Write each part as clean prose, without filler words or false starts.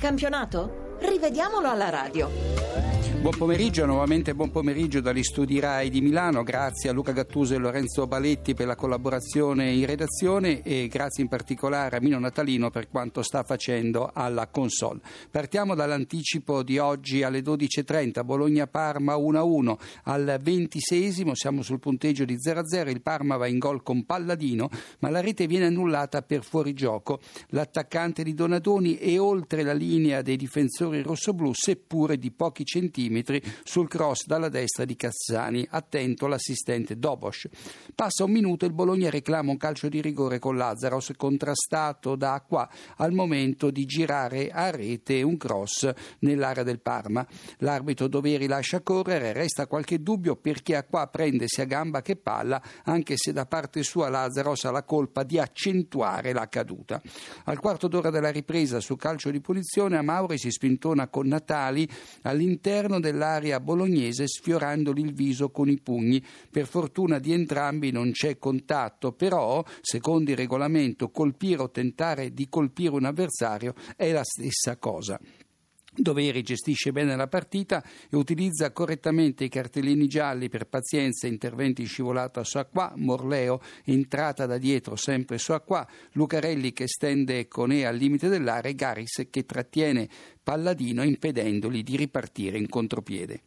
campionato? Rivediamolo alla radio. Buon pomeriggio, nuovamente buon pomeriggio dagli studi RAI di Milano. Grazie a Luca Gattuso e Lorenzo Baletti per la collaborazione in redazione e grazie in particolare a Mino Natalino per quanto sta facendo alla console. Partiamo dall'anticipo di oggi alle 12.30, Bologna-Parma 1-1, al 26esimo siamo sul punteggio di 0-0, il Parma va in gol con Palladino ma la rete viene annullata per fuorigioco. L'attaccante di Donadoni è oltre la linea dei difensori rossoblù seppure di pochi centimetri sul cross dalla destra di Cassani, attento l'assistente Dobos. Passa un minuto e il Bologna reclama un calcio di rigore con Lazzaros contrastato da Acqua al momento di girare a rete un cross nell'area del Parma. L'arbitro Doveri lascia correre, resta qualche dubbio perché Acqua prende sia gamba che palla, anche se da parte sua Lazzaros ha la colpa di accentuare la caduta. Al quarto d'ora della ripresa su calcio di punizione Amauri si spintona con Natali all'interno dell'area bolognese sfiorandogli il viso con i pugni. Per fortuna di entrambi non c'è contatto, però secondo il regolamento colpire o tentare di colpire un avversario è la stessa cosa. Doveri gestisce bene la partita e utilizza correttamente i cartellini gialli per pazienza e interventi in scivolata su Acqua, Morleo entrata da dietro sempre su Acqua, Lucarelli che stende Conè al limite dell'area e Garis che trattiene Palladino impedendogli di ripartire in contropiede.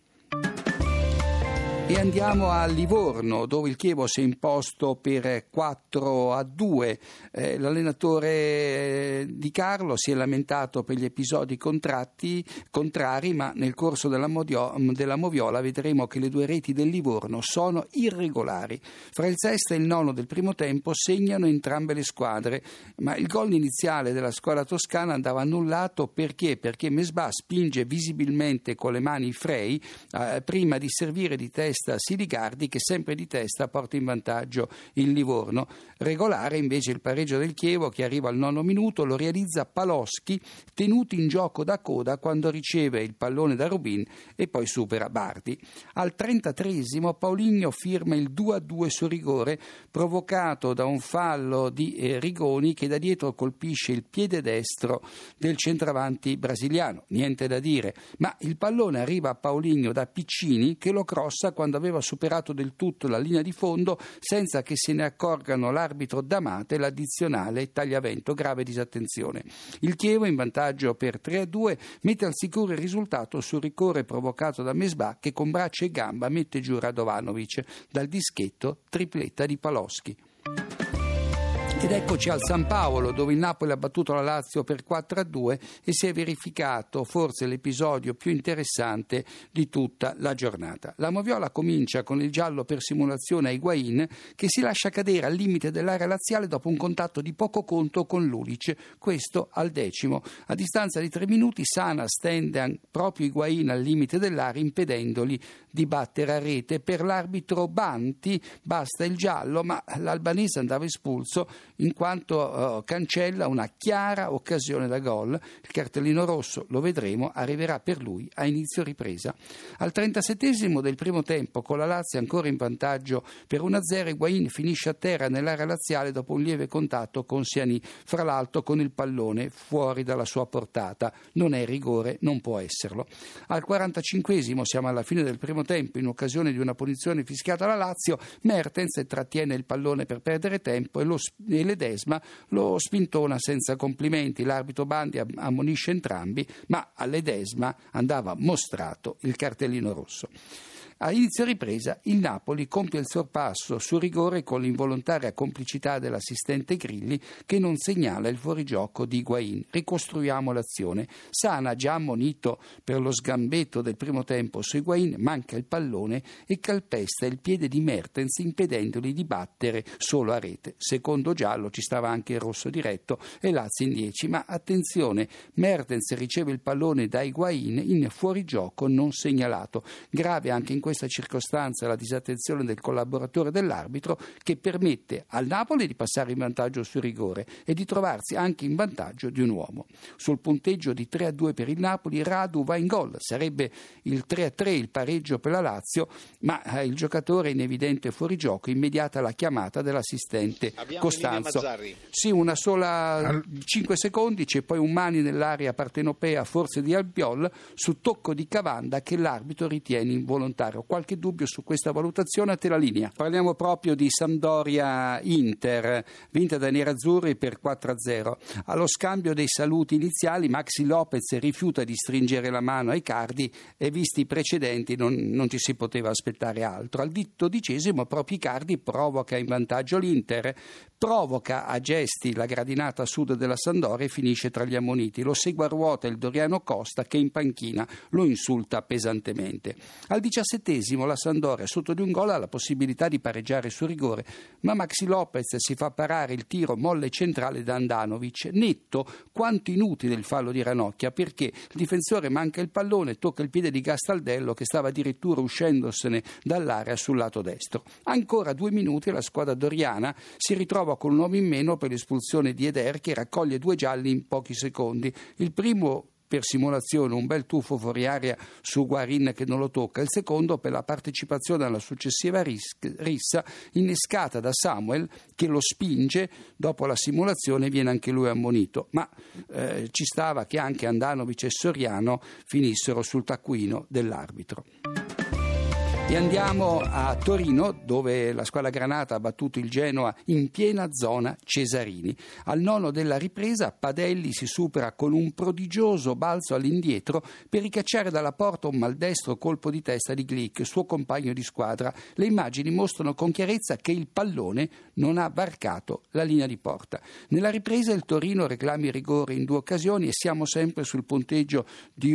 E andiamo a Livorno dove il Chievo si è imposto per 4-2. L'allenatore Di Carlo si è lamentato per gli episodi contrari, ma nel corso della Moviola vedremo che le due reti del Livorno sono irregolari. Fra il sesto e il nono del primo tempo segnano entrambe le squadre, ma il gol iniziale della squadra toscana andava annullato perché Mesbah spinge visibilmente con le mani Frey prima di servire di testa Siligardi che sempre di testa porta in vantaggio il Livorno. Regolare invece il pareggio del Chievo che arriva al nono minuto, lo realizza Paloschi tenuto in gioco da coda quando riceve il pallone da Rubin e poi supera Bardi. Al 33esimo Paulinho firma il 2-2 su rigore provocato da un fallo di Rigoni che da dietro colpisce il piede destro del centravanti brasiliano. Niente da dire, ma il pallone arriva a Paulinho da Piccini che lo crossa quando aveva superato del tutto la linea di fondo senza che se ne accorgano l'arbitro D'Amate e l'addizionale Tagliavento, grave disattenzione. Il Chievo in vantaggio per 3-2 mette al sicuro il risultato sul rigore provocato da Mesbah che con braccia e gamba mette giù Radovanovic dal dischetto, tripletta di Paloschi. Ed eccoci al San Paolo dove il Napoli ha battuto la Lazio per 4-2 e si è verificato forse l'episodio più interessante di tutta la giornata. La Moviola comincia con il giallo per simulazione a Higuaín che si lascia cadere al limite dell'area laziale dopo un contatto di poco conto con Lulic, questo al 10°. A distanza di 3 minuti Sana stende proprio Higuaín al limite dell'area impedendogli di battere a rete. Per l'arbitro Banti basta il giallo, ma l'albanese andava espulso in quanto cancella una chiara occasione da gol. Il cartellino rosso, lo vedremo, arriverà per lui a inizio ripresa. Al 37esimo del primo tempo, con la Lazio ancora in vantaggio per 1-0, Higuaín finisce a terra nell'area laziale dopo un lieve contatto con Siani, fra l'altro con il pallone fuori dalla sua portata. Non è rigore, non può esserlo. Al 45esimo, siamo alla fine del primo tempo, in occasione di una punizione fischiata alla Lazio, Mertens trattiene il pallone per perdere tempo e Ledesma lo spintona senza complimenti. L'arbitro Bandi ammonisce entrambi, ma a Ledesma andava mostrato il cartellino rosso. A inizio ripresa il Napoli compie il sorpasso su rigore con l'involontaria complicità dell'assistente Grilli che non segnala il fuorigioco di Higuaín. Ricostruiamo l'azione. Sana, già ammonito per lo sgambetto del primo tempo su Higuaín, manca il pallone e calpesta il piede di Mertens impedendogli di battere solo a rete. Secondo giallo, ci stava anche il rosso diretto e Lazio in 10, ma attenzione, Mertens riceve il pallone da Higuaín in fuorigioco non segnalato. Grave anche in questa circostanza la disattenzione del collaboratore dell'arbitro, che permette al Napoli di passare in vantaggio sul rigore e di trovarsi anche in vantaggio di un uomo. Sul punteggio di 3-2 per il Napoli, Radu va in gol, sarebbe il 3-3 il pareggio per la Lazio, ma il giocatore in evidente fuorigioco, immediata la chiamata dell'assistente Costanzo. Sì, una sola 5 secondi, c'è poi un mani nell'area partenopea, forse di Albiol, su tocco di Cavanda che l'arbitro ritiene involontario. Qualche dubbio su questa valutazione? A te la linea. Parliamo proprio di Sampdoria-Inter, vinta dai nerazzurri per 4-0. Allo scambio dei saluti iniziali Maxi Lopez rifiuta di stringere la mano ai Icardi e visti i precedenti non ci si poteva aspettare altro. Al 12° proprio Icardi provoca in vantaggio l'Inter, provoca a gesti la gradinata a sud della Sampdoria e finisce tra gli ammoniti. Lo segue a ruota il Doriano Costa che in panchina lo insulta pesantemente. Al 17° la Sampdoria sotto di un gol ha la possibilità di pareggiare su rigore, ma Maxi Lopez si fa parare il tiro molle centrale da Andanovic. Netto quanto inutile il fallo di Ranocchia, perché il difensore manca il pallone, tocca il piede di Gastaldello che stava addirittura uscendosene dall'area sul lato destro. Ancora 2 minuti e la squadra doriana si ritrova con un uomo in meno per l'espulsione di Eder, che raccoglie 2 gialli in pochi secondi. Il primo per simulazione, un bel tuffo fuori area su Guarin che non lo tocca, il secondo per la partecipazione alla successiva rissa innescata da Samuel che lo spinge. Dopo la simulazione viene anche lui ammonito, ma ci stava che anche Andanovic e Soriano finissero sul taccuino dell'arbitro. E andiamo a Torino, dove la squadra granata ha battuto il Genoa in piena zona Cesarini. Al 9° della ripresa Padelli si supera con un prodigioso balzo all'indietro per ricacciare dalla porta un maldestro colpo di testa di Glick, suo compagno di squadra. Le immagini mostrano con chiarezza che il pallone non ha varcato la linea di porta. Nella ripresa il Torino reclama il rigore in 2 occasioni e siamo sempre sul punteggio di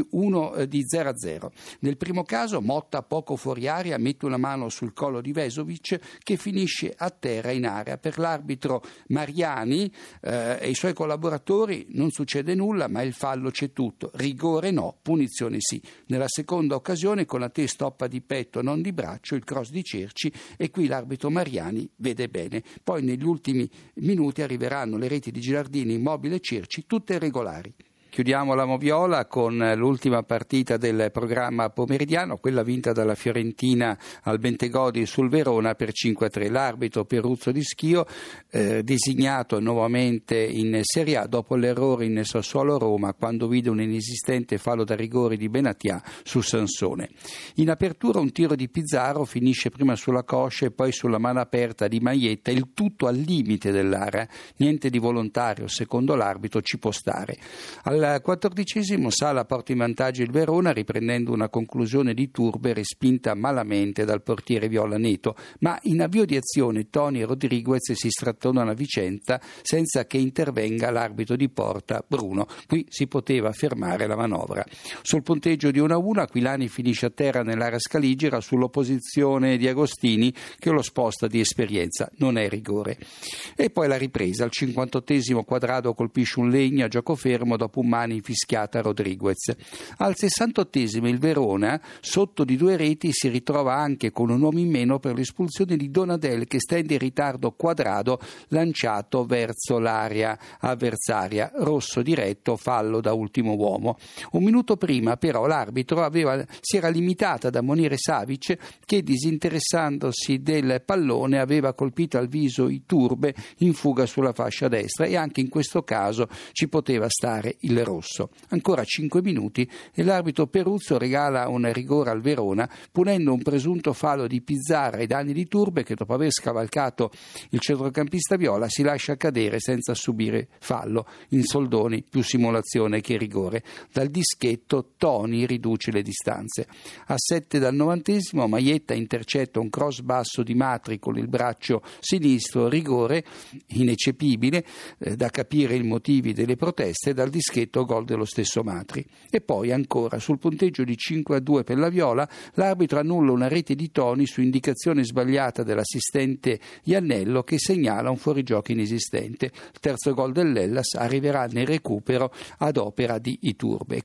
0-0. Nel primo caso Motta, poco fuori area, mette una mano sul collo di Vesovic che finisce a terra in area. Per l'arbitro Mariani e i suoi collaboratori non succede nulla, ma il fallo c'è tutto. Rigore no, punizione sì. Nella seconda occasione con la stoppa di petto, non di braccio, il cross di Cerci, e qui l'arbitro Mariani vede bene. Poi negli ultimi minuti arriveranno le reti di Gilardini, Immobile e Cerci, tutte regolari. Chiudiamo la Moviola con l'ultima partita del programma pomeridiano, quella vinta dalla Fiorentina al Bentegodi sul Verona per 5-3. L'arbitro Peruzzo di Schio, designato nuovamente in Serie A dopo l'errore in Sassuolo-Roma quando vide un inesistente fallo da rigore di Benatia su Sansone. In apertura un tiro di Pizarro finisce prima sulla coscia e poi sulla mano aperta di Maietta, il tutto al limite dell'area. Niente di volontario, secondo l'arbitro ci può stare. Al 14° Sala porta in vantaggio il Verona riprendendo una conclusione di Turbe respinta malamente dal portiere violaneto, ma in avvio di azione Toni e Rodriguez si strattonano a Vicenza senza che intervenga l'arbitro di porta Bruno. Qui si poteva fermare la manovra. Sul punteggio di 1-1 Aquilani finisce a terra nell'area scaligera sull'opposizione di Agostini che lo sposta di esperienza, non è rigore. E poi la ripresa, al 58° Quadrado colpisce un Legno a gioco fermo dopo un mani fischiata a Rodriguez. Al 68° il Verona, sotto di 2 reti, si ritrova anche con un uomo in meno per l'espulsione di Donadel che stende in ritardo Quadrado lanciato verso l'area avversaria. Rosso diretto, fallo da ultimo uomo. Un minuto prima però l'arbitro si era limitata ad ammonire Savic che disinteressandosi del pallone aveva colpito al viso Iturbe in fuga sulla fascia destra e anche in questo caso ci poteva stare il rosso. Ancora 5 minuti e l'arbitro Peruzzo regala un rigore al Verona punendo un presunto fallo di Pizzarra ai danni di Turbe che dopo aver scavalcato il centrocampista viola si lascia cadere senza subire fallo. In soldoni più simulazione che rigore. Dal dischetto Toni riduce le distanze. A 7 dal 90° Maietta intercetta un cross basso di Matri con il braccio sinistro, rigore ineccepibile, da capire i motivi delle proteste. Dal dischetto gol dello stesso Matri. E poi ancora sul punteggio di 5-2 per la Viola l'arbitro annulla una rete di Toni su indicazione sbagliata dell'assistente Iannello che segnala un fuorigioco inesistente. Il terzo gol dell'Hellas arriverà nel recupero ad opera di Iturbe.